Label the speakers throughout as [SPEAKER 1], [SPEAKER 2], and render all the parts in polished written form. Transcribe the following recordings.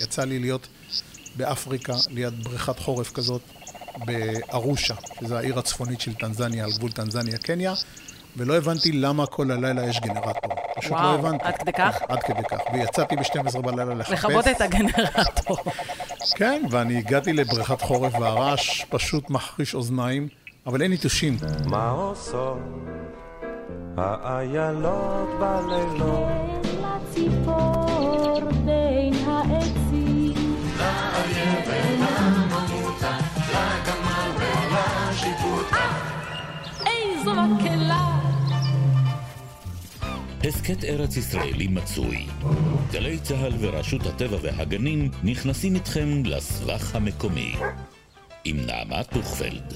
[SPEAKER 1] יצא לי להיות באפריקה, ליד בריכת חורף כזאת, בארושה, שזו העיר הצפונית של טנזניה, על גבול טנזניה, קניה, ולא הבנתי למה כל הלילה יש גנרטור. פשוט לא הבנתי.
[SPEAKER 2] עד כדי כך?
[SPEAKER 1] עד כדי כך. ויצאתי ב-12 בלילה לחפש.
[SPEAKER 2] לכבות את הגנרטור.
[SPEAKER 1] כן, ואני הגעתי לבריכת חורף, והרעש פשוט מחריש אוזניים, אבל אין יתושים.
[SPEAKER 3] מה עושות האיילות בלילות?
[SPEAKER 4] לציפור בין העצים,
[SPEAKER 5] לאריה ולממותה, לגמל ולשיפוטה.
[SPEAKER 4] איזו מקהלה.
[SPEAKER 6] הסקט ארץ ישראלי מצוי. גלי צהל ורשות הטבע והגנים נכנסים איתכם לסבך המקומי. עם נעמה טוכפלד.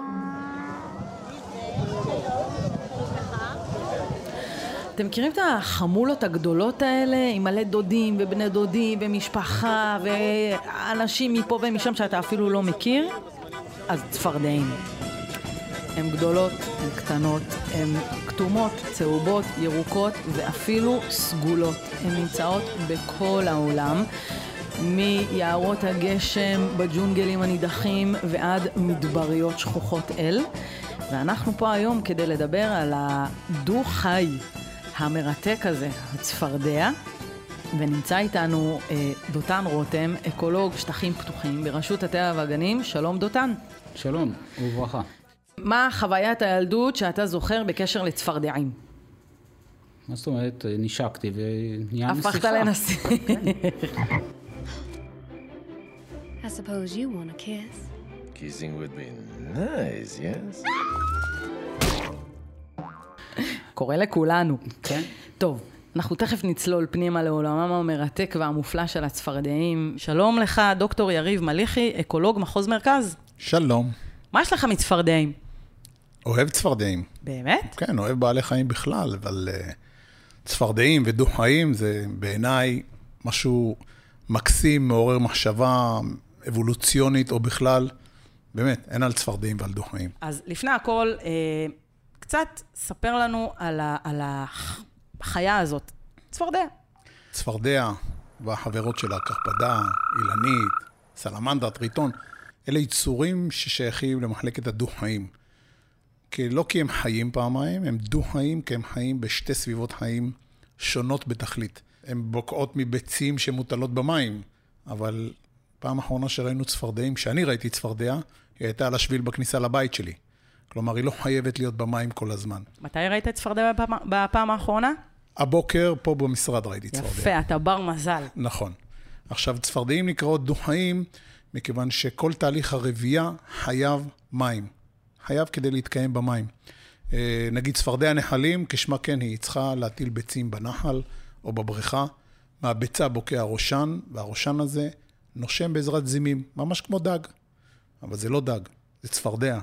[SPEAKER 2] אתם מכירים את החמולות הגדולות האלה, עם מלא דודים ובני דודים ומשפחה ואנשים מפה ומשם שאתה אפילו לא מכיר? אז צפרדעים. הן גדולות, הן קטנות, הן כתומות, צהובות, ירוקות ואפילו סגולות. הן נמצאות בכל העולם, מיערות הגשם, בג'ונגלים הנידחים ועד מדבריות שכוחות אל. ואנחנו פה היום כדי לדבר על הדו-חי המרתק הזה, הצפרדע, ונמצא איתנו דותן רותם, אקולוג שטחים פתוחים ברשות הטבע והגנים. שלום דותן.
[SPEAKER 7] שלום וברכה.
[SPEAKER 2] מה חוויית הילדות שאתה זוכר בקשר לצפרדעים?
[SPEAKER 7] מה זאת אומרת? נשקתי ונהיה נסיכה.
[SPEAKER 2] הפכת לנסיך.
[SPEAKER 4] I suppose you want a kiss.
[SPEAKER 3] Kissing would be nice, yes?
[SPEAKER 2] קורא לכולנו.
[SPEAKER 7] כן.
[SPEAKER 2] טוב, אנחנו תכף נצלול פנימה לעולמם המרתק והמופלא של הצפרדעים. שלום לך, דוקטור יריב מליחי, אקולוג מחוז מרכז.
[SPEAKER 1] שלום.
[SPEAKER 2] מה יש לך מצפרדעים?
[SPEAKER 1] אוהב צפרדעים.
[SPEAKER 2] באמת?
[SPEAKER 1] כן, אוהב בעלי חיים בכלל, אבל צפרדעים ודו-חיים זה בעיניי משהו מקסים, מעורר מחשבה אבולוציונית או בכלל. באמת, אין על צפרדעים ועל דו-חיים.
[SPEAKER 2] אז לפני הכל, קצת ספר לנו על החיה הזאת. צפרדע.
[SPEAKER 1] צפרדע והחברות שלה, קרפדה, אילנית, סלמנדה, טריטון, אלה יצורים ששייכים למחלקת הדו-חיים. לא כי הם חיים פעמיים, הם דו-חיים, כי הם חיים בשתי סביבות חיים שונות בתכלית. הם בוקעות מביצים שמוטלות במים, אבל פעם האחרונה שראינו צפרדעים, שאני ראיתי צפרדע, היא הייתה על השביל בכניסה לבית שלי. כלומר, היא לא חייבת להיות במים כל הזמן.
[SPEAKER 2] מתי ראית צפרדע בפעם האחרונה?
[SPEAKER 1] הבוקר פה במשרד ראיתי צפרדע.
[SPEAKER 2] יפה, אתה בר מזל.
[SPEAKER 1] נכון. עכשיו, צפרדעים נקראות דו-חיים, מכיוון שכל תהליך הרבייה חייב מים. חייב כדי להתקיים במים. נגיד צפרדע נחלים, כשמה כן היא צריכה להטיל ביצים בנחל או בבריכה. מהביצה בוקע ראשן, והראשן הזה נושם בעזרת זימים, ממש כמו דג. אבל זה לא דג, זה צפרדע.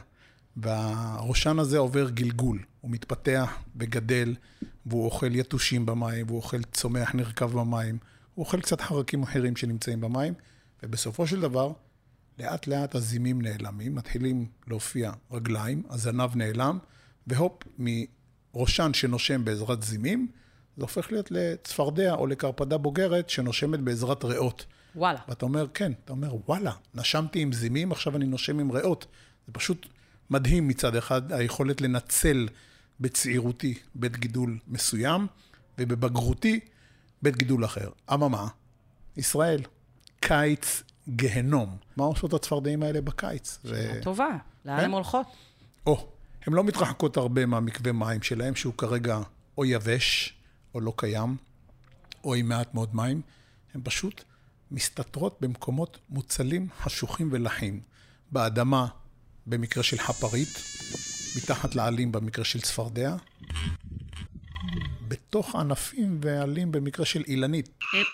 [SPEAKER 1] והראשן הזה עובר גלגול, הוא מתפתח וגדל, והוא אוכל יתושים במים, והוא אוכל צומח נרכב במים, הוא אוכל קצת חרקים אחרים שנמצאים במים, ובסופו של דבר, לאט לאט הזימים נעלמים, מתחילים להופיע רגליים, הזנב נעלם, והופ, מראשן שנושם בעזרת זימים, זה הופך להיות לצפרדע או לקרפדה בוגרת שנושמת בעזרת ריאות.
[SPEAKER 2] וואלה.
[SPEAKER 1] ואתה אומר, כן, אתה אומר, וואלה, נשמתי עם זימים, עכשיו אני נושם עם ריאות. זה פשוט מדהים מצד אחד, היכולת לנצל בצעירותי בית גידול מסוים, ובבגרותי בית גידול אחר. אממה, ישראל, קיץ גהנום. מה עושות הצפרדעים האלה בקיץ?
[SPEAKER 2] שאלה טובה, לאן הן הולכות?
[SPEAKER 1] הן לא מתרחקות הרבה מהמקווה מים שלהם, שהוא כרגע או יבש, או לא קיים, או עם מעט מאוד מים. הן פשוט מסתתרות במקומות מוצלים, חשוכים ולחים. באדמה, במקרה של חפרית, מתחת לעלים במקרה של צפרדע, בתוך ענפים ועלים במקרה של אילנית.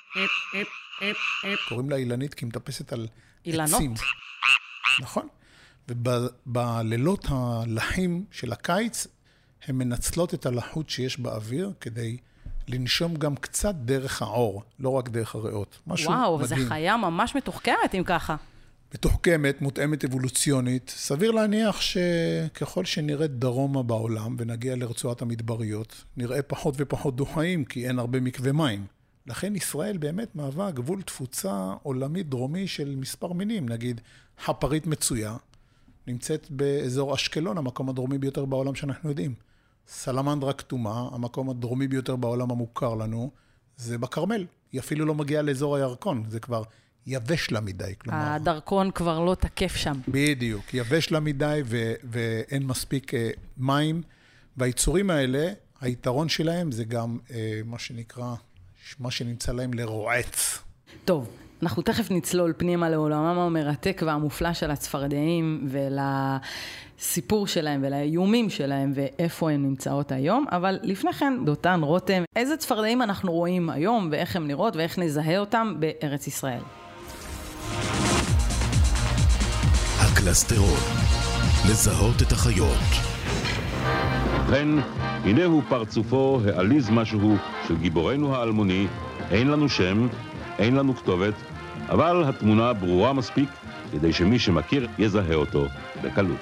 [SPEAKER 1] קוראים לה אילנית כי היא מטפסת על
[SPEAKER 2] אילנות?
[SPEAKER 1] עצים. נכון. ובלילות הלחים של הקיץ, הן מנצלות את הלחות שיש באוויר כדי לנשום גם קצת דרך העור, לא רק דרך הריאות.
[SPEAKER 2] וואו, וזו חיה ממש מתוחכמת אם ככה.
[SPEAKER 1] מתוחכמת, מותאמת אבולוציונית. סביר להניח שככל שנראית דרומה בעולם ונגיע לרצועת המדבריות, נראה פחות ופחות דו-חיים, כי אין הרבה מקווה מים. לכן ישראל באמת מהווה גבול תפוצה עולמית דרומי של מספר מינים. נגיד, חפרית מצויה, נמצאת באזור אשקלון, המקום הדרומי ביותר בעולם שאנחנו יודעים. סלמנדרה כתומה, המקום הדרומי ביותר בעולם המוכר לנו, זה בכרמל. היא אפילו לא מגיעה לאזור הירקון, זה כבר יבש לה מדי. כלומר,
[SPEAKER 2] הדרכון כבר לא תקף שם.
[SPEAKER 1] בדיוק, יבש לה מדי ואין מספיק מים. והיצורים האלה, היתרון שלהם זה גם מה שנקרא, מה שנמצא להם לרועץ.
[SPEAKER 2] טוב, אנחנו תכף נצלול פנימה לעולמם המרתק והמופלא של הצפרדעים ולסיפור שלהם ולאיומים שלהם ואיפה הן נמצאות היום. אבל לפני כן, דותן רותם, איזה צפרדעים אנחנו רואים היום ואיך הן נראות ואיך נזהה אותם בארץ ישראל?
[SPEAKER 8] הקלסטרון, לזהות את החיות.
[SPEAKER 9] ובכן, הנה הוא פרצופו העליז משהו של גיבורנו האלמוני. אין לנו שם, אין לנו כתובת, אבל התמונה ברורה מספיק כדי שמי שמכיר יזהה אותו בקלות.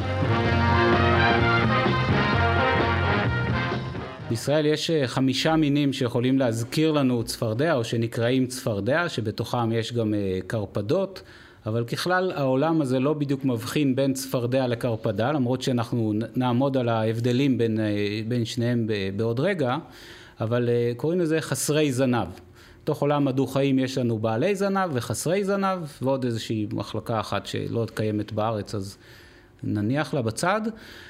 [SPEAKER 7] בישראל יש 5 מינים שיכולים להזכיר לנו צפרדע או שנקראים צפרדע, שבתוכם יש גם קרפדות, אבל ככלל העולם הזה לא בדיוק מבחין בין צפרדע לקרפדה, למרות שאנחנו נעמוד על ההבדלים בין שניהם בעוד רגע, אבל קוראים לזה חסרי זנב. בתוך עולם הדו-חיים יש לנו בעלי זנב וחסרי זנב, ועוד איזושהי מחלקה אחת שלא קיימת בארץ, אז נניח לה בצד.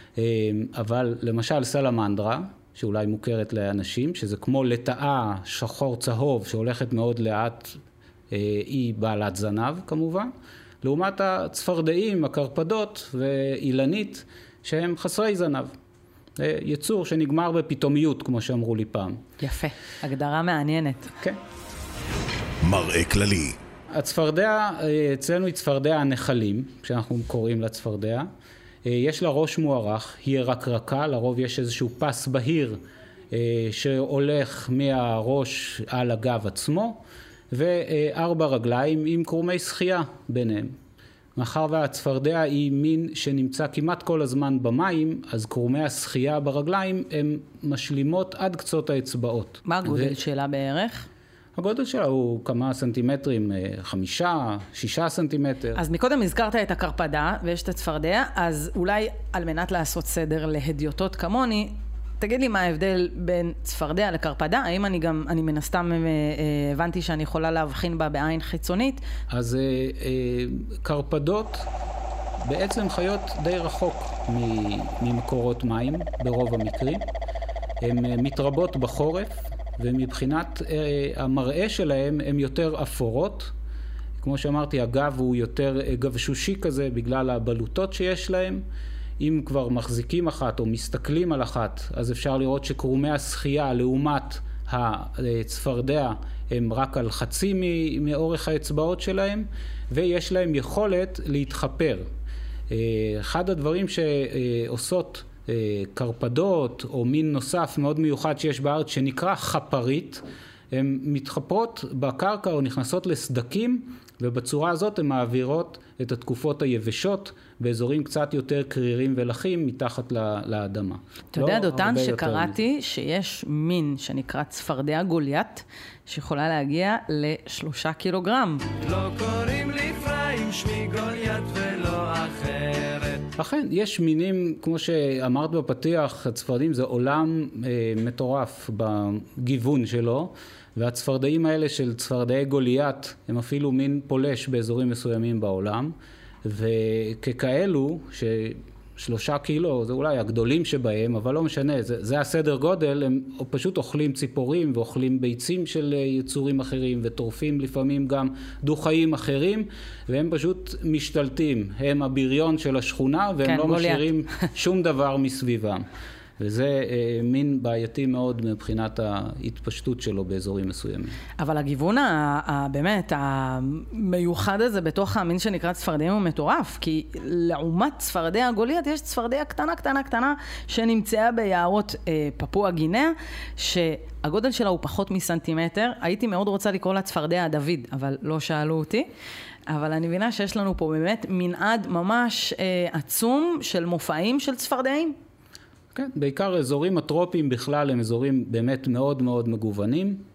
[SPEAKER 7] אבל למשל סלמנדרה, שאולי מוכרת לאנשים, שזה כמו לטאה שחור צהוב שהולכת מאוד לאט, היא בעלת זנב כמובן, לעומת הצפרדעים, הקרפדות ואילנית שהם חסרי זנב. יצור שנגמר בפתאומיות, כמו שאמרו לי פעם.
[SPEAKER 2] יפה, הגדרה מעניינת.
[SPEAKER 7] כן.
[SPEAKER 8] מראה כללי.
[SPEAKER 7] הצפרדע, אצלנו היא צפרדע הנחלים, כשאנחנו קוראים לה צפרדע. יש לה ראש מוארך, היא רקרקה, לרוב יש איזשהו פס בהיר שהולך מהראש על הגב עצמו, ו4 רגליים עם קרומי שחייה ביניהם. מאחר והצפרדע היא מין שנמצא כמעט כל הזמן במים, אז קרומי השחייה ברגליים הן משלימות עד קצות האצבעות.
[SPEAKER 2] מה הגודל שלה בערך?
[SPEAKER 7] הגודל שלה הוא כמה סנטימטרים, 5-6 סנטימטר.
[SPEAKER 2] אז מקודם הזכרת את הקרפדה ויש את הצפרדע, אז אולי על מנת לעשות סדר להדיוטות כמוני, תגיד לי מה ההבדל בין צפרדע לקרפדה, האם אני מן הסתם הבנתי שאני יכולה להבחין בה בעין חיצונית?
[SPEAKER 7] אז קרפדות בעצם חיות די רחוק ממקורות מים ברוב המקרים. הן מתרבות בחורף, ומבחינת המראה שלהם הן יותר אפורות. כמו שאמרתי, הגב הוא יותר גבשושי כזה בגלל הבלוטות שיש להם. אם כבר מחזיקים אחת או מסתכלים על אחת, אז אפשר לראות שקרומי השחייה לעומת הצפרדע הם רק על חצי מאורך האצבעות שלהם, ויש להם יכולת להתחפר. אחד הדברים שעושות קרפדות או מין נוסף מאוד מיוחד שיש בארץ שנקרא חפרית, הן מתחפרות בקרקע או נכנסות לסדקים, ובצורה הזאת הן מעבירות את התקופות היבשות באזורים קצת יותר קרירים ולחים מתחת לאדמה.
[SPEAKER 2] אתה יודע, דותן, שקראתי שיש מין שנקרא צפרדע גוליית, שיכולה להגיע ל3 קילוגרם.
[SPEAKER 5] לא קוראים לי פריים, שמי גוליית ולא אחרת.
[SPEAKER 7] אכן, יש מינים, כמו שאמרת בפתיח, הצפרדעים זה עולם מטורף בגיוון שלו, והצפרדעים האלה של צפרדעי גוליית הם אפילו מין פולש באזורים מסוימים בעולם, וככאלו ש3 קילו זה אולי הגדולים שבהם, אבל לא משנה, זה הסדר גודל, הם פשוט אוכלים ציפורים ואוכלים ביצים של יצורים אחרים וטורפים לפעמים גם דו-חיים אחרים, והם פשוט משתלטים, הם הבריון של השכונה והם לא משאירים שום דבר מסביבם. וזה מין בעייתי מאוד מבחינת ההתפשטות שלו באזורים מסוימים.
[SPEAKER 2] אבל הגיוון באמת המיוחד הזה בתוך המין שנקרא צפרדעים הוא מטורף, כי לעומת צפרדע גוליית יש צפרדע קטנה שנמצאה ביערות פפואה גינאה, שהגודל שלה הוא פחות מסנטימטר. הייתי מאוד רוצה לקרוא לה צפרדע דוד, אבל לא שאלו אותי. אבל אני מבינה שיש לנו פה באמת מנעד ממש עצום של מופעים של צפרדעים.
[SPEAKER 7] כן, בעיקר אזורים הטרופיים בכלל הם אזורים באמת מאוד מאוד מגוונים,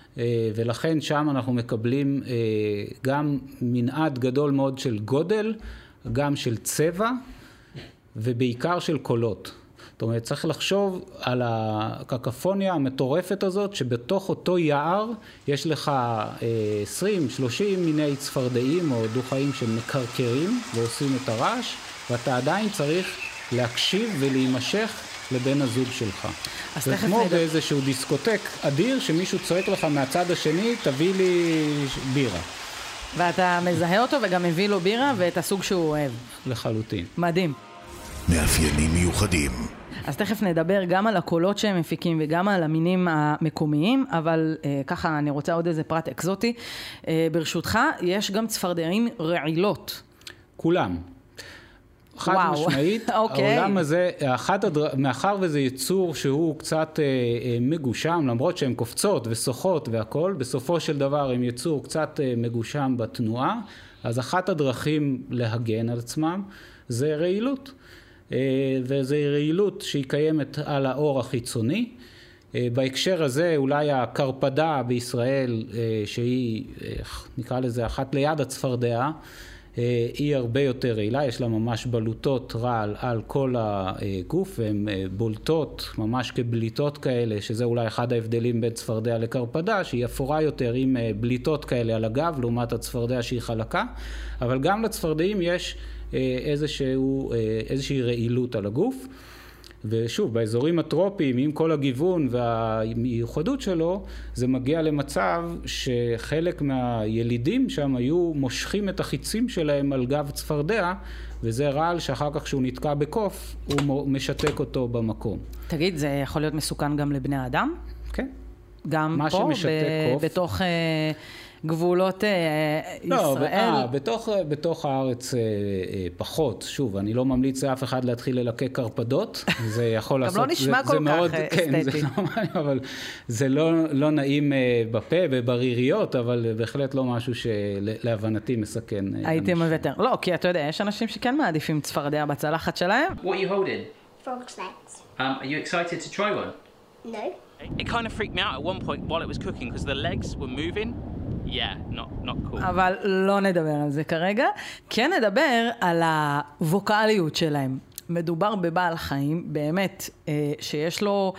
[SPEAKER 7] ולכן שם אנחנו מקבלים גם מנעד גדול מאוד של גודל, גם של צבע, ובעיקר של קולות. זאת אומרת, צריך לחשוב על הקקפוניה המטורפת הזאת, שבתוך אותו יער יש לך 20-30 מיני צפרדעים או דו-חיים שמקרקרים ועושים את הרעש, ואתה עדיין צריך להקשיב ולהימשך לבן הזוג שלך. זה כמו באיזשהו דיסקוטק אדיר, שמישהו צועק לך מהצד השני, תביא לי בירה.
[SPEAKER 2] ואתה מזהה אותו וגם מביא לו בירה ואת הסוג שהוא אוהב.
[SPEAKER 7] לחלוטין.
[SPEAKER 2] מדהים.
[SPEAKER 8] מאפיינים מיוחדים.
[SPEAKER 2] אז תכף נדבר גם על הקולות שהם מפיקים וגם על המינים המקומיים, אבל ככה אני רוצה עוד איזה פרט אקזוטי. ברשותך, יש גם צפרדעים רעילות.
[SPEAKER 7] כולם. חד משמעית, העולם הזה, מאחר וזה יצור שהוא קצת מגושם, למרות שהן קופצות ושוחות והכל, בסופו של דבר הם יצור קצת מגושם בתנועה, אז אחת הדרכים להגן על עצמם זה רעילות. וזו רעילות שהיא קיימת על האור החיצוני. בהקשר הזה אולי הקרפדה בישראל, שהיא נקרא לזה אחת ליד הצפרדע, היא הרבה יותר רעילה, יש לה ממש בלוטות רעל על כל הגוף, והן בולטות ממש כבליטות כאלה, שזה אולי אחד ההבדלים בין צפרדע לקרפדה, שהיא אפורה יותר עם בליטות כאלה על הגב, לעומת הצפרדע שהיא חלקה, אבל גם לצפרדעים יש איזושהי רעילות על הגוף, ושוב, באזורים הטרופיים, עם כל הגיוון והמיוחדות שלו, זה מגיע למצב שחלק מהילידים שם היו מושכים את החיצים שלהם על גב צפרדע, וזה רעל שאחר כך שהוא נתקע בקוף, הוא משתק אותו במקום.
[SPEAKER 2] תגיד, זה יכול להיות מסוכן גם לבני האדם?
[SPEAKER 7] כן.
[SPEAKER 2] גם פה, בתוך גבולות ישראל?
[SPEAKER 7] בתוך הארץ פחות. שוב, אני לא ממליץ לאף אחד להתחיל ללקק קרפדות. זה יכול לעשות...
[SPEAKER 2] גם לא נשמע כל כך אסתטי.
[SPEAKER 7] אבל זה לא נעים בפה ובריריות, אבל בהחלט לא משהו שלהבנתי מסכן.
[SPEAKER 2] הייתי מוותר. לא, כי אתה יודע, יש אנשים שכן מעדיפים צפרדע בצלחת שלהם.
[SPEAKER 10] What are you holding?
[SPEAKER 11] Frog's legs.
[SPEAKER 10] Are you excited to try one?
[SPEAKER 11] No.
[SPEAKER 10] It kind of freaked me out at one point while it was cooking because the legs were moving. Yeah, not cool.
[SPEAKER 2] אבל לא נדבר על זה כרגע. כן נדבר על הווקאליות שלהם. מדובר בבעל חיים, באמת, שיש לו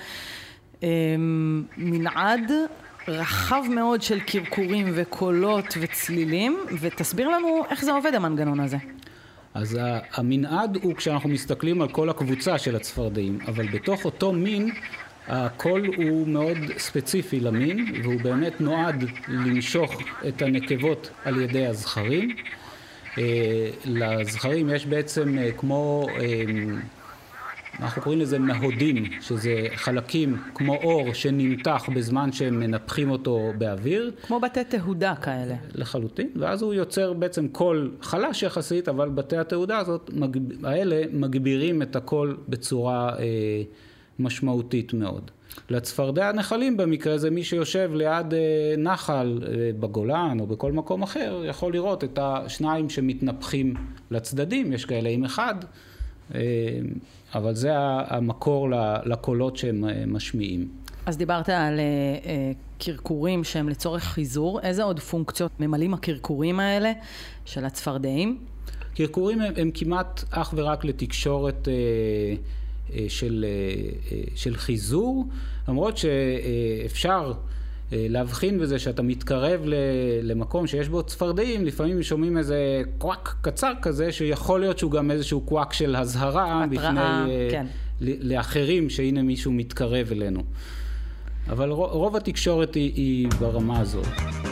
[SPEAKER 2] מנעד רחב מאוד של קרקורים וקולות וצלילים, ותסביר לנו איך זה עובד המנגנון הזה.
[SPEAKER 7] אז המנעד הוא כשאנחנו מסתכלים על כל הקבוצה של הצפרדעים, אבל בתוך אותו מין, הקול הוא מאוד ספציפי למין, והוא באמת נועד למשוך את הנקבות על ידי הזכרים. לזכרים יש בעצם כמו, אנחנו קוראים לזה מהודים, שזה חלקים כמו אור שנמתח בזמן שהם מנפחים אותו באוויר.
[SPEAKER 2] כמו בתי תהודה כאלה.
[SPEAKER 7] לחלוטין, ואז הוא יוצר בעצם קול חלש יחסית, אבל בתי התהודה הזאת, האלה מגבירים את הקול בצורה משמעותית מאוד. לצפרדע הנחלים במקרה זה מי שיושב ליד נחל בגולן או בכל מקום אחר, יכול לראות את השניים שמתנפחים לצדדים, יש כאלה עם אחד, אבל זה המקור לקולות שהם משמיעים.
[SPEAKER 2] אז דיברת על קרקורים שהם לצורך חיזור, איזה עוד פונקציות ממלאים הקרקורים האלה של הצפרדעים?
[SPEAKER 7] קרקורים הם כמעט אך ורק לתקשורת של חיזור, למרות שאפשר להבחין בזה שאתה מתקרב למקום שיש בו צפרדעים, לפעמים שומעים איזה קוואק קצר כזה, שיכול להיות שהוא גם איזשהו קוואק של הזהרה בפני לאחרים שהנה מישהו מתקרב אלינו. אבל רוב התקשורת היא ברמה הזאת.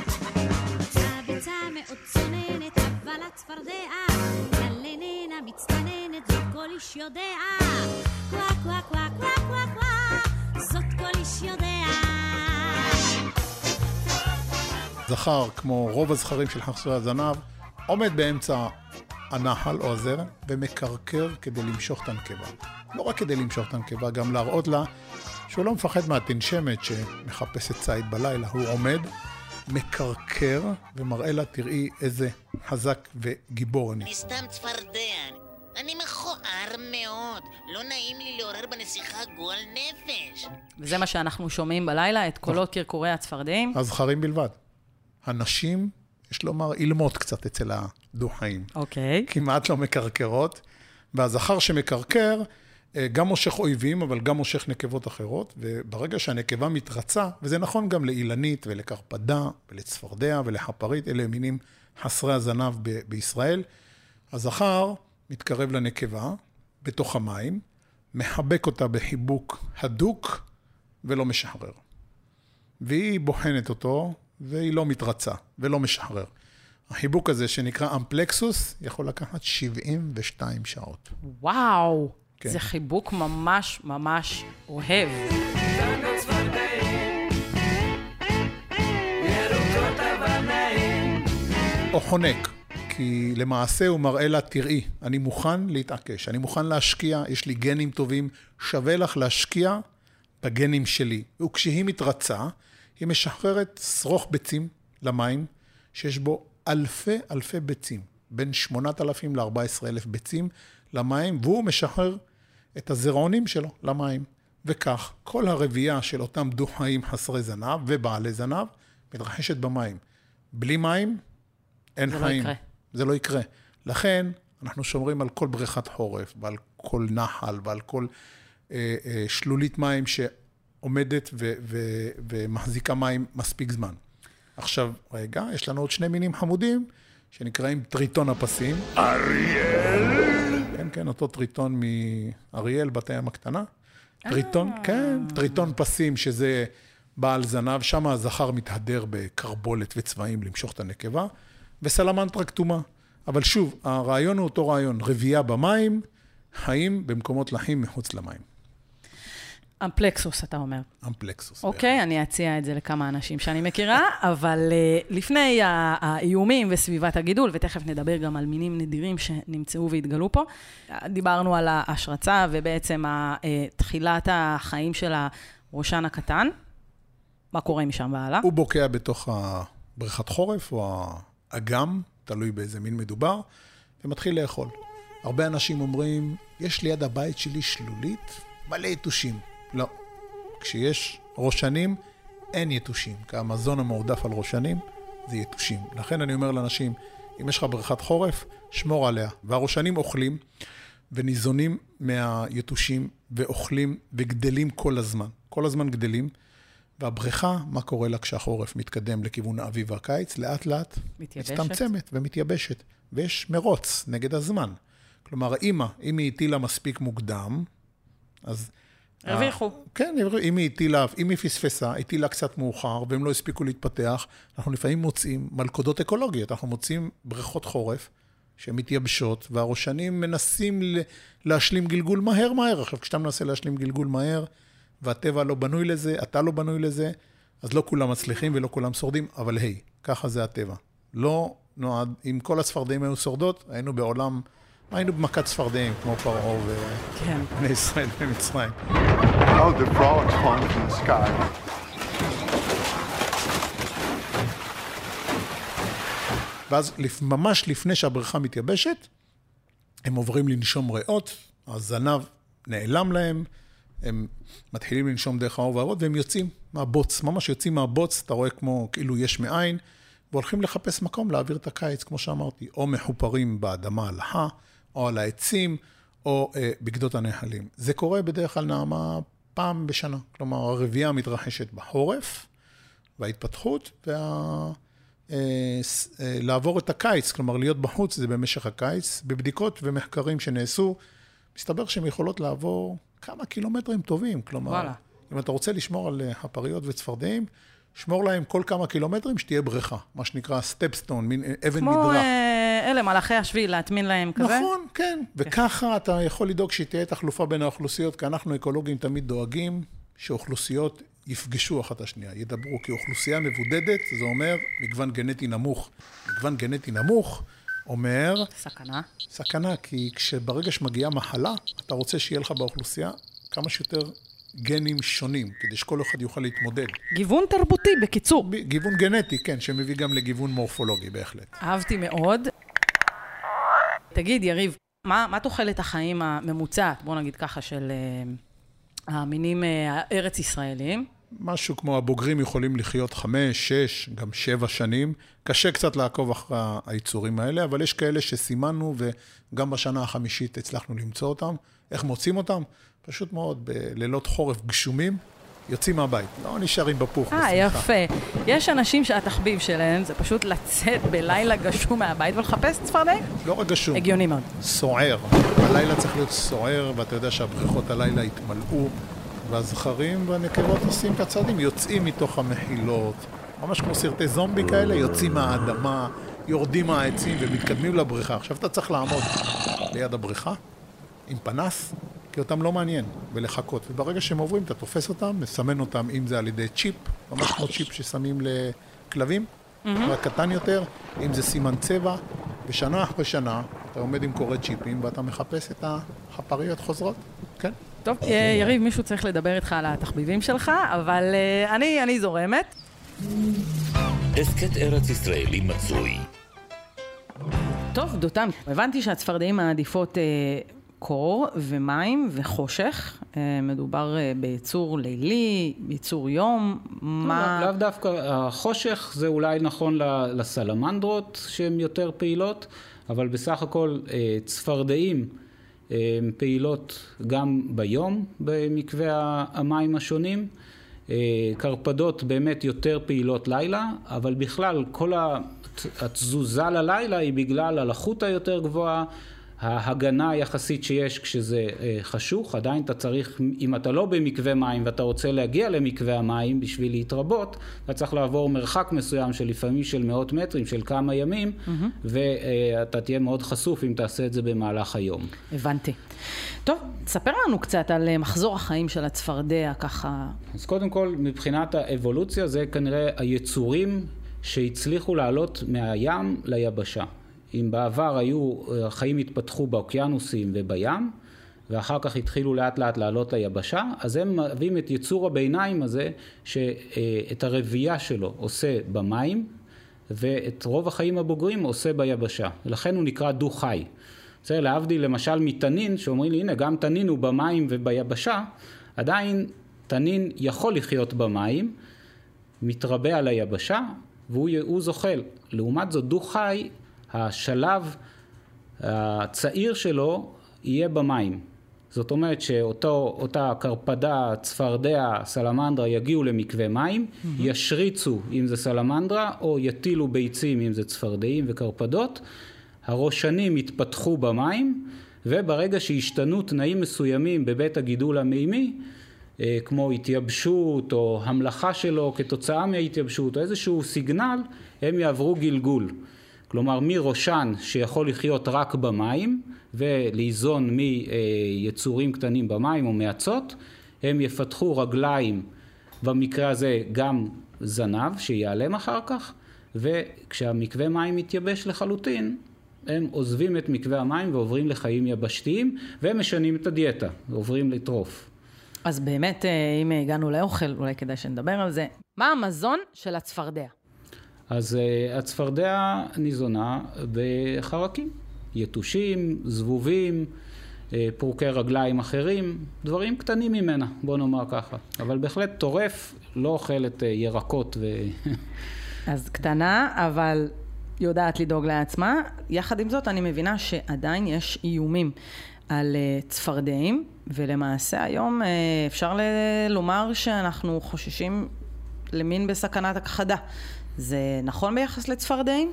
[SPEAKER 1] זכר, כמו רוב הזכרים של חרסי הזנב, עומד באמצע הנחל או הזרם ומקרקר כדי למשוך את הנקבה. לא רק כדי למשוך את הנקבה, גם להראות לה שהוא לא מפחד מהתנשמת שמחפשת ציד בלילה. הוא עומד, מקרקר ומראה לה, תראי איזה חזק וגיבור אני.
[SPEAKER 12] אני סתם צפרדע, אני מכוער.
[SPEAKER 11] מכוער מאוד. לא נעים לי לעורר בנסיכה גועל נפש.
[SPEAKER 2] וזה מה שאנחנו שומעים בלילה, את קולות קרקורי הצפרדעים.
[SPEAKER 1] הזכרים בלבד. הנשים, יש לומר, אילמות קצת אצל הדו-חיים.
[SPEAKER 2] אוקיי.
[SPEAKER 1] כמעט לא מקרקרות. והזכר שמקרקר, גם מושך אויבים, אבל גם מושך נקבות אחרות. וברגע שהנקבה מתרצה, וזה נכון גם לאילנית ולקרפדה ולצפרדע ולחפרית, אלה מינים חסרי הזנב בישראל, הזכר מתקרב לנקבה בתוך המים, מחבק אותה בחיבוק הדוק ולא משחרר. והיא בוחנת אותו והיא לא מתרצה ולא משחרר. החיבוק הזה שנקרא אמפלקסוס יכול לקחת 72 שעות.
[SPEAKER 2] וואו,
[SPEAKER 1] כן.
[SPEAKER 2] זה חיבוק ממש ממש אוהב.
[SPEAKER 1] או חונק, כי למעשה הוא מראה לה, תראי, אני מוכן להתעקש, אני מוכן להשקיע, יש לי גנים טובים, שווה לך להשקיע בגנים שלי. וכשהיא מתרצה, היא משחררת שרוך ביצים למים, שיש בו אלפי ביצים, בין 8,000 ל-14,000 ביצים למים, והוא משחרר את הזרעונים שלו למים. וכך, כל הרבייה של אותם דו-חיים חסרי זנב ובעלי זנב, מתרחשת במים. בלי מים, אין חיים.
[SPEAKER 2] לא יקרה.
[SPEAKER 1] זה לא יקרה. לכן, אנחנו שומרים על כל בריכת חורף, ועל כל נחל, ועל כל שלולית מים שעומדת ומחזיקה מים מספיק זמן. עכשיו, רגע, יש לנו עוד שני מינים חמודים, שנקראים טריטון הפסים.
[SPEAKER 8] אריאל?
[SPEAKER 1] כן, כן, אותו טריטון מאריאל, בת הים הקטנה. טריטון, כן, טריטון פסים, שזה בעל זנב, שם הזכר מתהדר בקרבולת וצבעים למשוך את הנקבה, וסלמנטרה כתומה. אבל שוב, הרעיון הוא אותו רעיון, רבייה במים, חיים במקומות לחים מחוץ למים.
[SPEAKER 2] אמפלקסוס, אתה אומר.
[SPEAKER 1] אמפלקסוס.
[SPEAKER 2] אוקיי, אני אציע את זה לכמה אנשים שאני מכירה, אבל לפני האיומים וסביבת הגידול, ותכף נדבר גם על מינים נדירים שנמצאו והתגלו פה, דיברנו על ההשרצה ובעצם תחילת החיים של הראשן הקטן. מה קורה משם והלאה?
[SPEAKER 1] הוא בוקע בתוך הבריכת חורף או האגם, תלוי באיזה מין מדובר, ומתחיל לאכול. הרבה אנשים אומרים, יש ליד הבית שלי שלולית, מלא יתושים. לא. כשיש ראשנים, אין יתושים. כי המזון המועדף על ראשנים, זה יתושים. לכן אני אומר לאנשים, אם יש לך בריכת חורף, שמור עליה. והראשנים אוכלים, וניזונים מהיתושים, ואוכלים וגדלים כל הזמן. כל הזמן גדלים. והבריכה, מה קורה לה כשהחורף מתקדם לכיוון האביב והקיץ? לאט לאט מצטמצמת ומתייבשת. ויש מרוץ נגד הזמן. כלומר, האמא, אם היא הטילה מספיק מוקדם, אז...
[SPEAKER 2] הרוויחו.
[SPEAKER 1] כן, אם היא הטילה, אם היא פספסה, הטילה קצת מאוחר, והם לא הספיקו להתפתח, אנחנו לפעמים מוצאים מלכודות אקולוגיות, אנחנו מוצאים בריכות חורף, שמתייבשות, והראשנים מנסים להשלים גלגול מהר. עכשיו, כשאתה מנסה להשלים גלגול מהר, והטבע לא בנוי לזה, אתה לא בנוי לזה, אז לא כולם מצליחים ולא כולם שורדים, אבל היי, ככה זה הטבע. לא נועד, אם כל הצפרדעים היו שורדות, היינו במכת צפרדעים, כמו פרעה ובני ישראל במצרים.
[SPEAKER 12] Oh, the frogs falling from the sky.
[SPEAKER 1] ואז ממש לפני שהבריכה מתייבשת, הם עוברים לנשום ריאות, הזנב נעלם להם, הם מתחילים לנשום דרך העור והריאות, והם יוצאים מהבוץ, ממש יוצאים מהבוץ, אתה רואה כמו כאילו יש מאין, והולכים לחפש מקום להעביר את הקיץ, כמו שאמרתי, או מחופרים באדמה הלכה, או על העצים, או בגדות הנחלים. זה קורה בדרך כלל נעמה פעם בשנה. כלומר, הרבייה מתרחשת בחורף, וההתפתחות, לעבור את הקיץ, כלומר, להיות בחוץ, זה במשך הקיץ. בבדיקות ומחקרים שנעשו, מסתבר שהן יכולות לעבור כמה קילומטרים טובים. כלומר, אם אתה רוצה לשמור על הפריות וצפרדעים, שמור להם כל כמה קילומטרים שתהיה בריכה, מה שנקרא סטפסטון, מין אבן מדרך.
[SPEAKER 2] כמו אלה, מלאכי השביל, להטמין להם כזה?
[SPEAKER 1] נכון, כן. וככה אתה יכול לדאוג שתהיה תחלופה בין האוכלוסיות, כי אנחנו אקולוגים תמיד דואגים שאוכלוסיות יפגשו אחת השנייה, ידברו, כי אוכלוסייה מבודדת, זה אומר מגוון גנטי נמוך. מגוון גנטי נמוך אומר...
[SPEAKER 2] סכנה.
[SPEAKER 1] סכנה, כי ברגע שמגיעה מחלה, אתה רוצה שיהיה לך באוכלוסייה כמה שיותר גנים שונים, כדי שכל אחד יוכל להתמודד.
[SPEAKER 2] גיוון תרבותי, בקיצור.
[SPEAKER 1] גיוון גנטי, כן, שמביא גם לגיוון מורפולוגי, בהחלט.
[SPEAKER 2] אהבתי מאוד. תגיד, יריב, מה תוחלת החיים הממוצעת, בוא נגיד ככה, של המינים הארץ ישראלים?
[SPEAKER 1] משהו כמו הבוגרים יכולים לחיות 5, 6, גם 7 שנים. קשה קצת לעקוב אחרי היצורים האלה, אבל יש כאלה שסימנו, וגם בשנה החמישית הצלחנו למצוא אותם. איך מוצאים אותם? פשוט מאוד, בלילות חורף גשומים, יוצאים מהבית, לא נשארים בפוך.
[SPEAKER 2] יפה. יש אנשים שהתחביב שלהם זה פשוט לצאת בלילה גשום מהבית ולחפש צפרדעים?
[SPEAKER 1] לא רק גשום.
[SPEAKER 2] הגיוני מאוד.
[SPEAKER 1] סוער. הלילה צריך להיות סוער, ואתה יודע שהבריכות הלילה התמלאו, והזכרים והנקבות עושים את הצעדים, יוצאים מתוך המחילות, ממש כמו סרטי זומבי כאלה, יוצאים מהאדמה, יורדים מהעצים ומתקדמים לבריכה. עכשיו אתה צריך לעמוד ליד הבריכה עם פנס, כי אותם לא מעניין, ולחכות. וברגע שהם עוברים, אתה תופס אותם, מסמן אותם, אם זה על ידי צ'יפ, ממש כמו צ'יפ ששמים לכלבים, רק קטן יותר, אם זה סימן צבע, ושנה אחרי שנה, אתה עומד עם קורא צ'יפים, ואתה מחפש את החפריות חוזרות. כן?
[SPEAKER 2] טוב, יריב, מישהו צריך לדבר איתך על התחביבים שלך, אבל אני זורמת.
[SPEAKER 6] הסקט ארץ ישראלי מצוי.
[SPEAKER 2] טוב, דותם, הבנתי שהצפרדעים מעדיפות קור ומים וחושך. מדובר ביצור לילי, ביצור יום.
[SPEAKER 7] לאו דווקא, החושך זה אולי נכון לסלמנדרות שהן יותר פעילות, אבל בסך הכל צפרדעים פעילות גם ביום במקווה המים השונים. קרפדות באמת יותר פעילות לילה, אבל בכלל כל התזוזה ללילה היא בגלל הלחות היותר גבוהה, ההגנה היחסית שיש כשזה חשוך. עדיין אתה צריך, אם אתה לא במקווה מים ואתה רוצה להגיע למקווה המים בשביל להתרבות, אתה צריך לעבור מרחק מסוים של לפעמים של מאות מטרים, של כמה ימים, ואתה תהיה מאוד חשוף אם תעשה את זה במהלך היום.
[SPEAKER 2] הבנתי. טוב, תספר לנו קצת על מחזור החיים של הצפרדע ככה.
[SPEAKER 7] אז קודם כל, מבחינת האבולוציה, זה כנראה היצורים שהצליחו לעלות מהים ליבשה. אם בעבר החיים התפתחו באוקיינוסים ובים, ואחר כך התחילו לאט לאט לעלות ליבשה, אז הם מביאים את יצור הביניים הזה, שאת הרבייה שלו עושה במים, ואת רוב החיים הבוגרים עושה ביבשה. ולכן הוא נקרא דו-חי. זה להבדיל למשל מתנין, שאומרים לי, הנה, גם תנין הוא במים וביבשה, עדיין תנין יכול לחיות במים, מתרבה על היבשה, והוא זוחל. לעומת זאת, דו-חי, השלב הצעיר שלו יהיה במים. זאת אומרת שאותה קרפדה, צפרדע, סלמנדרה יגיעו למקווה מים, ישריצו אם זה סלמנדרה, או יטילו ביצים אם זה צפרדעים וקרפדות, הראשנים יתפתחו במים, וברגע שהשתנו תנאים מסוימים בבית הגידול המימי, כמו התייבשות או המלחה שלו כתוצאה מההתייבשות, או איזשהו סיגנל, הם יעברו גלגול. כלומר, מראשן שיכול לחיות רק במים, ולאיזון מיצורים קטנים במים או מעצות, הם יפתחו רגליים, במקרה הזה גם זנב שיעלם אחר כך, וכשהמקווה מים מתייבש לחלוטין, הם עוזבים את מקווה המים ועוברים לחיים יבשתיים, והם משנים את הדיאטה, עוברים לטרוף.
[SPEAKER 2] אז באמת, אם הגענו לאוכל, אולי כדאי שנדבר על זה. מה המזון של הצפרדע?
[SPEAKER 7] אז הצפרדע ניזונה בחרקים, יתושים, זבובים, פורקי רגליים אחרים, דברים קטנים ממנה, בוא נאמר ככה. אבל בהחלט טורף לא אוכל את ירקות
[SPEAKER 2] אז קטנה, אבל יודעת לדאוג לעצמה. יחד עם זאת, אני מבינה שעדיין יש איומים על צפרדעים, ולמעשה היום אפשר לומר שאנחנו חוששים למין בסכנת הכחדה. זה נכון ביחס לצפרדעים?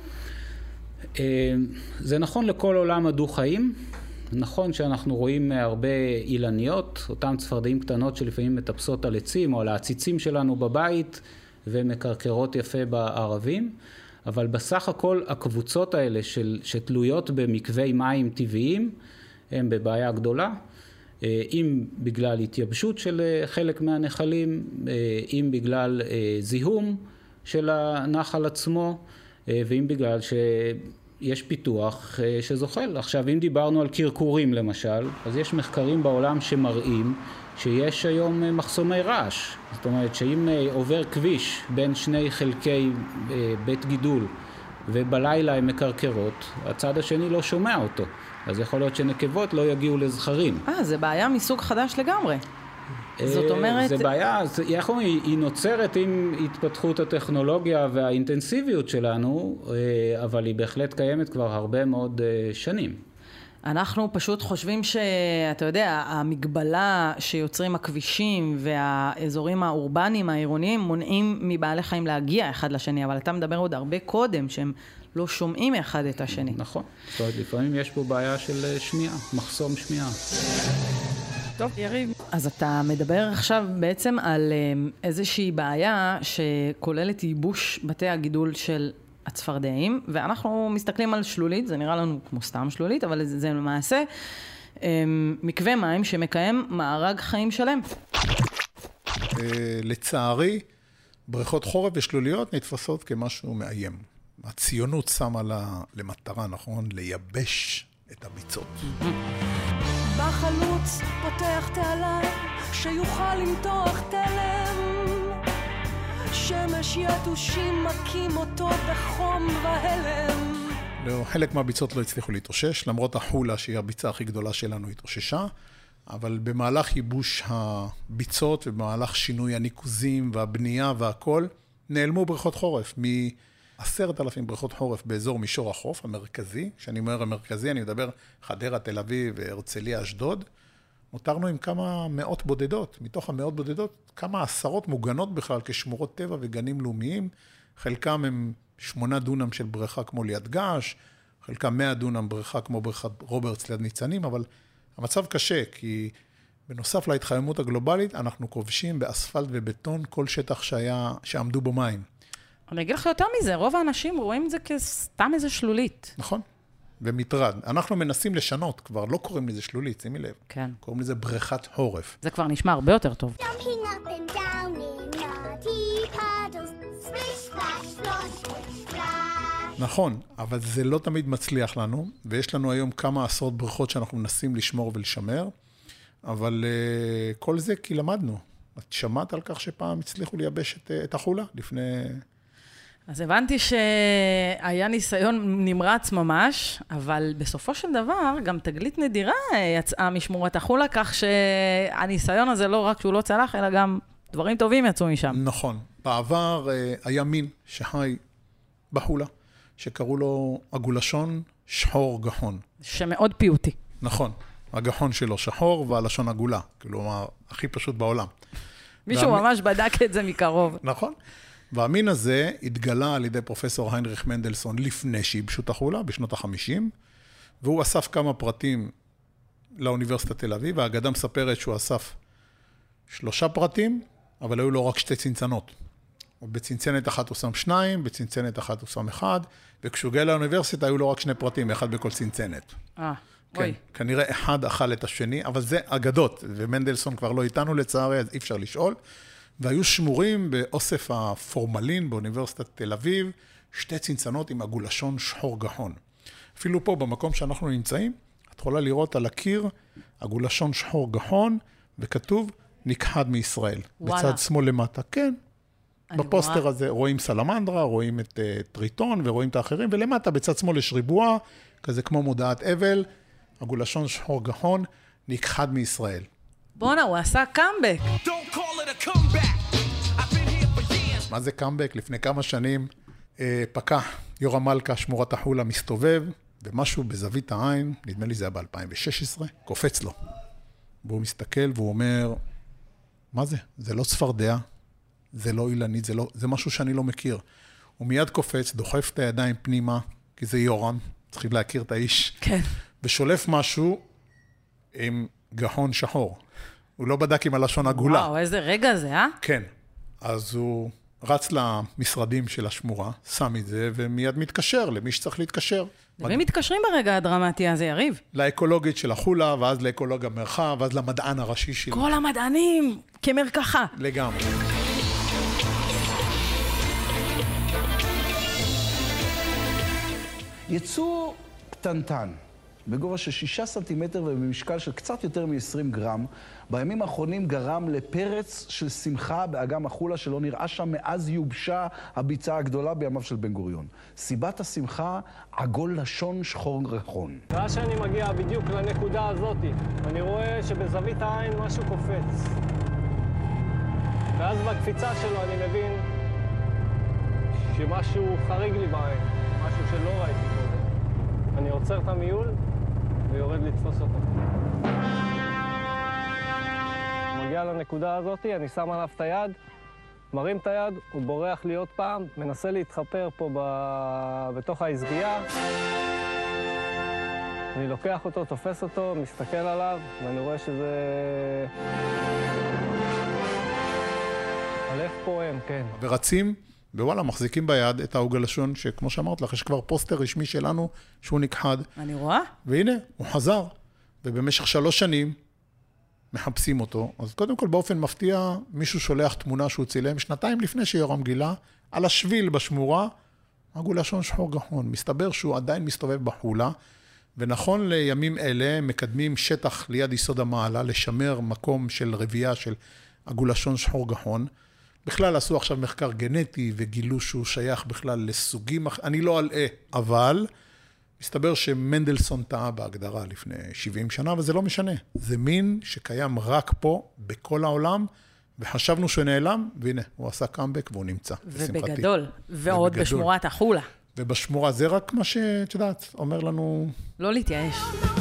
[SPEAKER 7] זה נכון לכל עולם הדו-חיים. נכון שאנחנו רואים הרבה אילניות, אותן צפרדעים קטנות שלפעמים מטפסות על עצים או על העציצים שלנו בבית ומקרקרות יפה בערבים, אבל בסך הכל הקבוצות האלה שתלויות במקווי מים טבעיים הם בבעיה גדולה. אם בגלל התייבשות של חלק מהנחלים, אם בגלל זיהום של הנחל עצמו, ואם בגלל שיש פיתוח שזוחל. עכשיו, אם דיברנו על קרקורים למשל, אז יש מחקרים בעולם שמראים שיש היום מחסומי רעש. זאת אומרת שאם עובר כביש בין שני חלקי בית גידול, ובלילה הם מקרקרות, הצד השני לא שומע אותו. אז יכול להיות שנקבות לא יגיעו לזכרים.
[SPEAKER 2] זה בעיה מסוג חדש לגמרי. זאת אומרת...
[SPEAKER 7] זה בעיה, היא נוצרת עם התפתחות הטכנולוגיה והאינטנסיביות שלנו, אבל היא בהחלט קיימת כבר הרבה מאוד שנים.
[SPEAKER 2] אנחנו פשוט חושבים שאתה יודע, המגבלה שיוצרים הכבישים והאזורים האורבניים, העירוניים, מונעים מבעלי חיים להגיע אחד לשני, אבל אתה מדבר עוד הרבה קודם שהם לא שומעים אחד את השני.
[SPEAKER 7] נכון. זאת אומרת, לפעמים יש פה בעיה של שמיעה, מחסום שמיעה.
[SPEAKER 2] טוב, יריב. אז אתה מדבר עכשיו בעצם על איזושהי בעיה שכוללת ייבוש בתי הגידול של הצפרדעים, ואנחנו מסתכלים על שלולית, זה נראה לנו כמו סתם שלולית, אבל זה למעשה מקווה מים שמקיים מארג חיים שלם.
[SPEAKER 1] לצערי, בריכות חורף ושלוליות נתפסות כמשהו מאיים. הציונות שמה למטרה, נכון, לייבש את הביצות.
[SPEAKER 13] בחלוץ פותח תעלה שיוכל למתוח תלם, שמש יתושים מקים אותו בחום והלם.
[SPEAKER 1] חלק מהביצות לא הצליחו להתאושש, למרות החולה שהיא הביצה הכי גדולה שלנו התאוששה, אבל במהלך ייבוש הביצות ובמהלך שינוי הניקוזים והבנייה והכל, נעלמו בריכות חורף. מ10,000 בריכות חורף באזור מישור החוף המרכזי, כשאני אומר המרכזי, אני מדבר חדרה, תל אביב והרצליה, אשדוד, נותרנו עם כמה מאות בודדות. מתוך המאות בודדות, כמה עשרות מוגנות בכלל כשמורות טבע וגנים לאומיים. חלקם הם 8 דונם של בריכה כמו ליד געש, חלקם 100 דונם בריכה כמו בריכת רוברטס ליד ניצנים, אבל המצב קשה, כי בנוסף להתחממות הגלובלית, אנחנו כובשים באספלט ובטון כל שטח שעמדו בו מים.
[SPEAKER 2] אני אגיד לך יותר מזה, רוב האנשים רואים את זה כסתם איזה שלולית.
[SPEAKER 1] נכון. ומטרד. אנחנו מנסים לשנות, כבר לא קוראים לזה שלולית, שימי לב.
[SPEAKER 2] כן.
[SPEAKER 1] קוראים לזה בריכת חורף.
[SPEAKER 2] זה כבר נשמע הרבה יותר טוב.
[SPEAKER 1] נכון, אבל זה לא תמיד מצליח לנו, ויש לנו היום כמה עשרות בריכות שאנחנו מנסים לשמור ולשמר, אבל כל זה כי למדנו. את שמעת על כך שפעם הצליחו לייבש את החולה לפני...
[SPEAKER 2] אז הבנתי שהיה ניסיון נמרץ ממש, אבל בסופו של דבר גם תגלית נדירה יצאה משמורת החולה, כך שהניסיון הזה לא רק שהוא לא צלח, אלא גם דברים טובים יצאו משם.
[SPEAKER 1] נכון. בעבר היה מין שחי בחולה, שקראו לו הגולשון שחור גחון.
[SPEAKER 2] שמאוד פיוטי.
[SPEAKER 1] נכון. הגחון שלו שחור והלשון עגולה. כלומר, הכי פשוט בעולם.
[SPEAKER 2] מישהו ממש בדק את זה מקרוב.
[SPEAKER 1] נכון. והמין הזה התגלה על ידי פרופסור היינריך מנדלסון לפני שייבשו את החולה, בשנות ה-50, והוא אסף כמה פרטים לאוניברסיטת תל אביב, והאגדה מספרת שהוא אסף 3 פרטים, אבל היו לו רק 2 צנצנות. בצנצנת אחת הוא שם 2, בצנצנת אחת הוא שם 1, וכשהוא הגיע לאוניברסיטה היו לו רק 2 פרטים, אחד בכל צנצנת. כן, כנראה אחד אכל את השני, אבל זה אגדות, ומנדלסון כבר לא איתנו לצערי, אז אי אפשר לשאול. והיו שמורים באוסף הפורמלין באוניברסיטת תל אביב, 2 צנצנות עם הגולשון שחור גחון. אפילו פה, במקום שאנחנו נמצאים, את יכולה לראות על הקיר, הגולשון שחור גחון, וכתוב, נכחד מישראל. וואלה. בצד שמאל למטה, כן. בפוסטר הזה רואים סלמנדרה, רואים את טריטון, ורואים את האחרים, ולמטה בצד שמאל יש ריבוע, כזה כמו מודעת אבל, הגולשון שחור גחון, נכחד מישראל.
[SPEAKER 2] בונה, הוא עשה קאמבק.
[SPEAKER 1] מה זה קאמבק? לפני כמה שנים פקח יורם מלכה, שמורת החולה, מסתובב, ומשהו בזווית העין, נדמה לי זה היה ב-2016, קופץ לו. והוא מסתכל והוא אומר, מה זה? זה לא צפרדע, זה לא אילנית, זה משהו שאני לא מכיר. הוא מיד קופץ, דוחף את הידיים פנימה, כי זה יורם, צריכים להכיר את האיש.
[SPEAKER 2] כן.
[SPEAKER 1] ושולף משהו עם גחון שחור. הוא לא בדק עם הלשון עגולה.
[SPEAKER 2] וואו, איזה רגע זה, אה?
[SPEAKER 1] כן. אז הוא רץ למשרדים של השמורה, שם את זה, ומיד מתקשר למי שצריך להתקשר.
[SPEAKER 2] ומי מתקשרים ברגע הדרמטי הזה, יריב?
[SPEAKER 1] לאקולוגית של החולה, ואז לאקולוג המרחב, ואז למדען הראשי שלי.
[SPEAKER 2] כל המדענים כמרקחה.
[SPEAKER 1] לגמרי.
[SPEAKER 14] יצור קטנטן, בגובה של 6 סנטימטר ובמשקל של קצת יותר מ-20 גרם, בימים האחרונים גרם לפרץ של שמחה באגם החולה שלא נראה שם מאז יובשה הביצה הגדולה בימיו של בן גוריון. סיבת השמחה, עגול לשון שחור גחון.
[SPEAKER 15] ראה שאני מגיע בדיוק לנקודה הזאת, אני רואה שבזווית העין משהו קופץ. ואז בקפיצה שלו אני מבין שמשהו חריג לי בעין, משהו שלא ראיתי קודם. אני עוצר את המיול ויורד לתפוס אותו. מגיע לנקודה הזאת, אני שם עליו את היד, מרים את היד, הוא בורח לי עוד פעם, מנסה להתחפר פה בתוך ההסגייה. אני לוקח אותו, תופס אותו, מסתכל עליו, ואני רואה שזה הלך פועם, כן.
[SPEAKER 1] ורצים, ווואלה, מחזיקים ביד את העוגל לשון, שכמו שאמרת לך, יש כבר פוסטר רשמי שלנו, שהוא נכחד.
[SPEAKER 2] אני רואה.
[SPEAKER 1] והנה, הוא חזר. ובמשך 3 שנים מחפשים אותו. אז קודם כל, באופן מפתיע, מישהו שולח תמונה שהוא צילם 2 לפני שיורם גילה, על השביל בשמורה, עגול לשון שחור גחון. מסתבר שהוא עדיין מסתובב בחולה, ונכון לימים אלה, מקדמים שטח ליד יסוד המעלה, לשמר מקום של רבייה של עגול לשון שחור גחון. בכלל עשו עכשיו מחקר גנטי וגילו שהוא שייך בכלל לסוגים, אני לא אלאה, אבל מסתבר שמנדלסון טעה בהגדרה לפני 70 שנה, וזה לא משנה. זה מין שקיים רק פה, בכל העולם, וחשבנו שנעלם, והנה, הוא עשה קאמבק והוא נמצא.
[SPEAKER 2] ובגדול, ועוד בשמורת החולה.
[SPEAKER 1] ובשמורה זה רק מה שאת יודעת, אומר לנו...
[SPEAKER 2] לא להתייאש.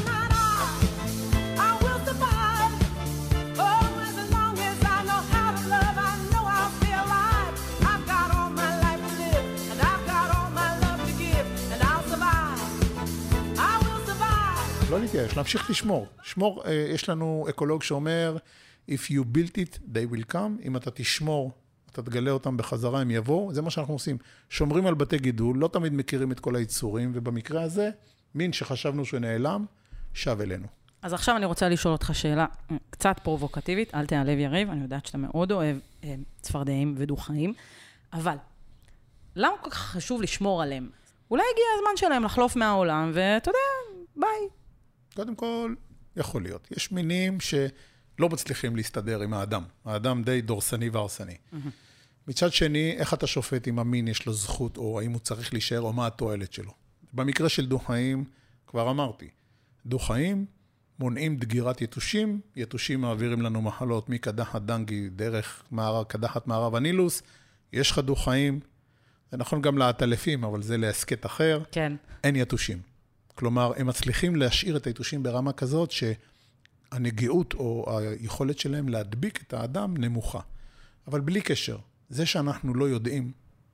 [SPEAKER 1] לא להתייאש, להמשיך לשמור. שמור, יש לנו אקולוג שאומר, if you built it, they will come. אם אתה תשמור, אתה תגלה אותם בחזרה, הם יבואו. זה מה שאנחנו עושים. שומרים על בתי גידול, לא תמיד מכירים את כל היצורים, ובמקרה הזה, מין שחשבנו שנעלם, שב אלינו.
[SPEAKER 2] אז עכשיו אני רוצה לשאול אותך שאלה קצת פרובוקטיבית, אל תעלב יריב, אני יודעת שאתה מאוד אוהב צפרדעים ודוחאים, אבל למה כל כך חשוב לשמור עליהם? אולי הגיע הזמן שלהם לחלוף מהעולם, ואתה יודע, ביי.
[SPEAKER 1] קודם כל, יכול להיות. יש מינים שלא מצליחים להסתדר עם האדם. האדם די דורסני והרסני. מצד שני, איך אתה שופט אם המין יש לו זכות, או האם הוא צריך להישאר, או מה התועלת שלו? במקרה של דוחאים, כבר אמרתי, דוחאים מונעים דגירת יתושים, יתושים מעבירים לנו מחלות מקדחת דנגי דרך קדחת מערב הנילוס, יש לך דוחאים, זה נכון גם לעטלפים, אבל זה להסקט אחר,
[SPEAKER 2] כן.
[SPEAKER 1] אין יתושים. כלומר, הם מצליחים להשאיר את היתושים ברמה כזאת שהנגיעות או היכולת שלהם להדביק את האדם נמוכה. אבל בלי קשר, זה שאנחנו לא יודעים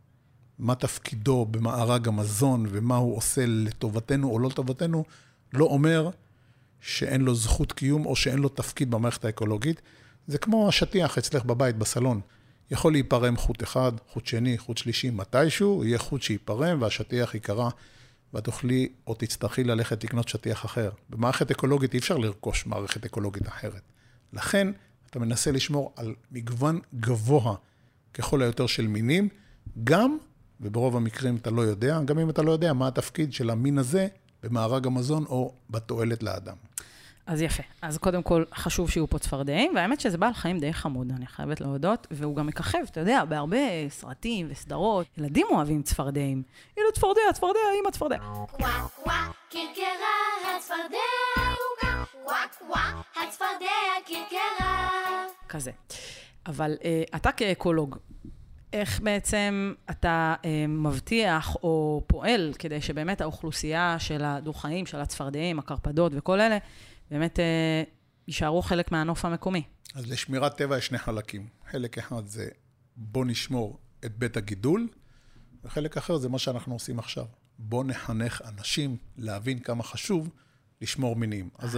[SPEAKER 1] מה תפקידו במארג המזון ומה הוא עושה לטובתנו או לא לטובתנו, לא אומר שאין לו זכות קיום או שאין לו תפקיד במערכת האקולוגית. זה כמו השטיח אצלך בבית, בסלון. יכול להיפרם חוט אחד, חוט שני, חוט שלישי, מתישהו, יהיה חוט שיפרם והשטיח יקרה, ואת תוכלי או תצטרכי ללכת לקנות שטיח אחר. במערכת אקולוגית אי אפשר לרכוש מערכת אקולוגית אחרת. לכן אתה מנסה לשמור על מגוון גבוה ככל היותר של מינים, גם, וברוב המקרים אתה לא יודע, גם אם אתה לא יודע מה התפקיד של המין הזה במארג המזון או בתועלת לאדם.
[SPEAKER 2] אז יפה. אז קודם כל חשוב שיהיו פה צפרדעים, והאמת שזה בעל חיים די חמוד, אני חייבת להודות, והוא גם מככב, אתה יודע, בהרבה סרטים וסדרות, ילדים אוהבים צפרדעים. הנה צפרדע, צפרדע, אמא צפרדע.
[SPEAKER 4] קוואק קוואק, קרקרה, הצפרדע ירוקה, קוואק קוואק, הצפרדע קרקרה.
[SPEAKER 2] כזה. אבל אתה כאקולוג, איך בעצם אתה מבטיח או פועל כדי שבאמת האוכלוסייה של הדוחאים, של הצפרדעים, הקרפדות וכל אלה, באמת יישארו חלק מהנוף המקומי?
[SPEAKER 1] אז לשמירת טבע יש 2 חלקים. חלק אחד זה בוא נשמור את בית הגידול, וחלק אחר זה מה שאנחנו עושים עכשיו. בוא נחנך אנשים להבין כמה חשוב לשמור מינים. אז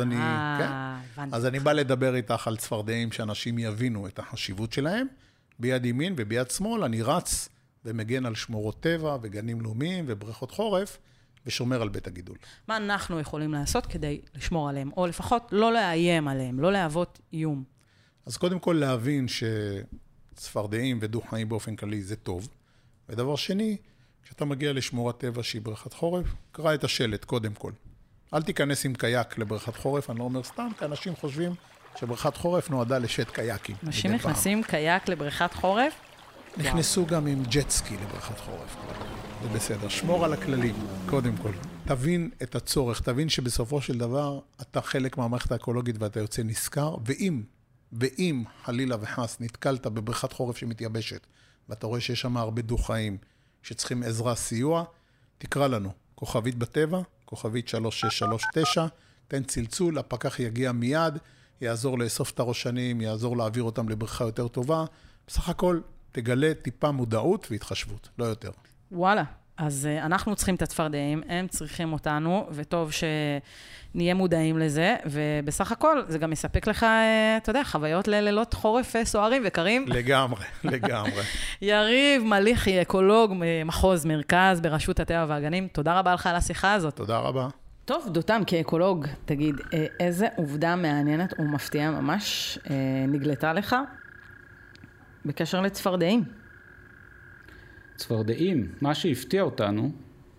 [SPEAKER 1] אני בא לדבר איתך על צפרדעים שאנשים יבינו את החשיבות שלהם. ביד ימין וביד שמאל אני רץ ומגן על שמורות טבע וגנים לאומיים ובריכות חורף, ושומר על בית הגידול.
[SPEAKER 2] מה אנחנו יכולים לעשות כדי לשמור עליהם, או לפחות לא לאיים עליהם, לא להוות איום?
[SPEAKER 1] אז קודם כל להבין שצפרדעים ודו-חיים באופן כללי זה טוב. ודבר שני, כשאתה מגיע לשמורת טבע שהיא בריכת חורף, קרא את השלט קודם כל. אל תיכנס עם קייק לבריכת חורף, אני לא אומר סתם, כי אנשים חושבים שבריכת חורף נועדה לשט קייקים.
[SPEAKER 2] אנשים נכנסים קייק לבריכת חורף?
[SPEAKER 1] נכנסו גם עם ג'טסקי לבריכת חורף. זה בסדר. שמור על הכללים, קודם כל. תבין את הצורך, תבין שבסופו של דבר אתה חלק מהמערכת האקולוגית ואתה יוצא נזכר, ואם חלילה וחס נתקלת בבריכת חורף שמתייבשת, ואתה רואה שיש שם הרבה דו-חיים שצריכים עזרה, סיוע, תקרא לנו. כוכבית בטבע, כוכבית 3639, תן צלצול, הפקח יגיע מיד, יעזור לאסוף את הראשנים, יעזור להעביר אותם לבריכה יותר טובה. בסך הכל תגלה טיפה מודעות והתחשבות, לא יותר.
[SPEAKER 2] וואלה, אז אנחנו צריכים את הצפרדעים, הם צריכים אותנו, וטוב שנהיה מודעים לזה, ובסך הכל זה גם יספק לך, אתה יודע, חוויות ללילות חורף סוערים וקרים.
[SPEAKER 1] לגמרי, לגמרי.
[SPEAKER 2] יריב מליחי, אקולוג, מחוז מרכז ברשות הטבע והגנים, תודה רבה לך על השיחה הזאת.
[SPEAKER 1] תודה רבה.
[SPEAKER 2] טוב, דותן, כאקולוג, תגיד, איזה עובדה מעניינת ומפתיעה ממש נגלתה לך בקשר לצפרדעים?
[SPEAKER 7] צפרדעים, מה שהפתיע אותנו,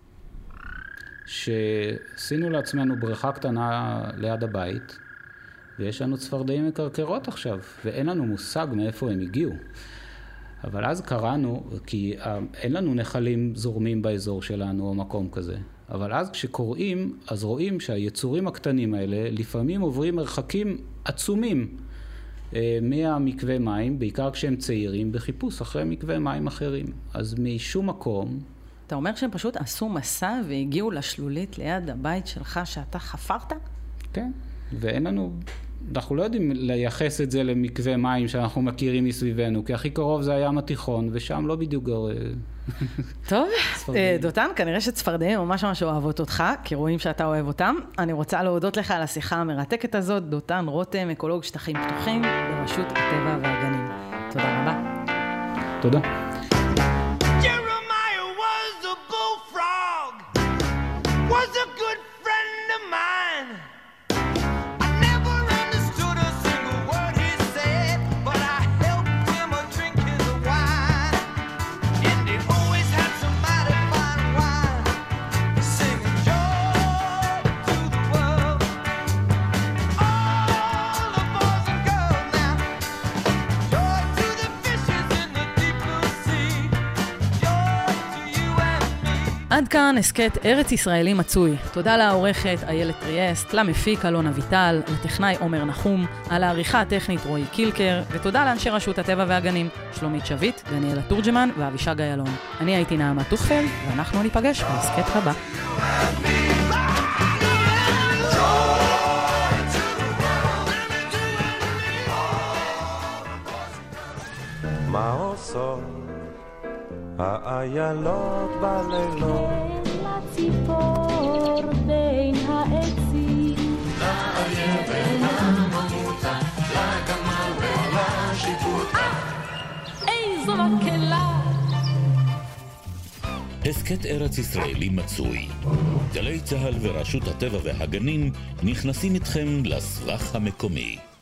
[SPEAKER 7] שעשינו לעצמנו בריכה קטנה ליד הבית, ויש לנו צפרדעים מקרקרות עכשיו, ואין לנו מושג מאיפה הם הגיעו. אבל אז קראנו, כי אין לנו נחלים זורמים באזור שלנו או מקום כזה. אבל אז כשקוראים, אז רואים שהיצורים הקטנים האלה לפעמים עוברים מרחקים עצומים מהמקווה מים, בעיקר כשהם צעירים, בחיפוש אחרי מקווה מים אחרים. אז משום מקום...
[SPEAKER 2] אתה אומר שהם פשוט עשו מסע והגיעו לשלולית ליד הבית שלך שאתה חפרת?
[SPEAKER 7] כן, ואין לנו... אנחנו לא יודעים לייחס את זה למקווה מים שאנחנו מכירים מסביבנו, כי הכי קרוב זה הים התיכון, ושם לא בדיוק...
[SPEAKER 2] טוב, דותן, כנראה שצפרדעים ממש ממש אוהבות אותך, כי רואים שאתה אוהב אותם. אני רוצה להודות לך על השיחה המרתקת הזאת, דותן רותם, אקולוג שטחים פתוחים, ברשות הטבע והגנים. תודה רבה.
[SPEAKER 7] תודה.
[SPEAKER 2] עד כאן הסקט ארץ ישראלי מצוי. תודה לעורכת איילת טריאסט, למפיק אלון אביטל, לטכנאי עומר נחום, על העריכה הטכנית רועי קילקר, ותודה לאנשי רשות הטבע והגנים, שלומית שביט, דניאלה תורג'מן ואבישג איילון. אני הייתי נעמה טוכפלד, ואנחנו ניפגש בהסקט הבא.
[SPEAKER 3] מה עושות האיילות בלילות?
[SPEAKER 4] לציפור בין העצים, לאריה ולממותה, לגמל ולשיפוטה, איזו מקהלה.
[SPEAKER 6] הסקט ארץ ישראלי מצוי. גלי צהל ורשות הטבע והגנים נכנסים איתכם לסבך המקומי.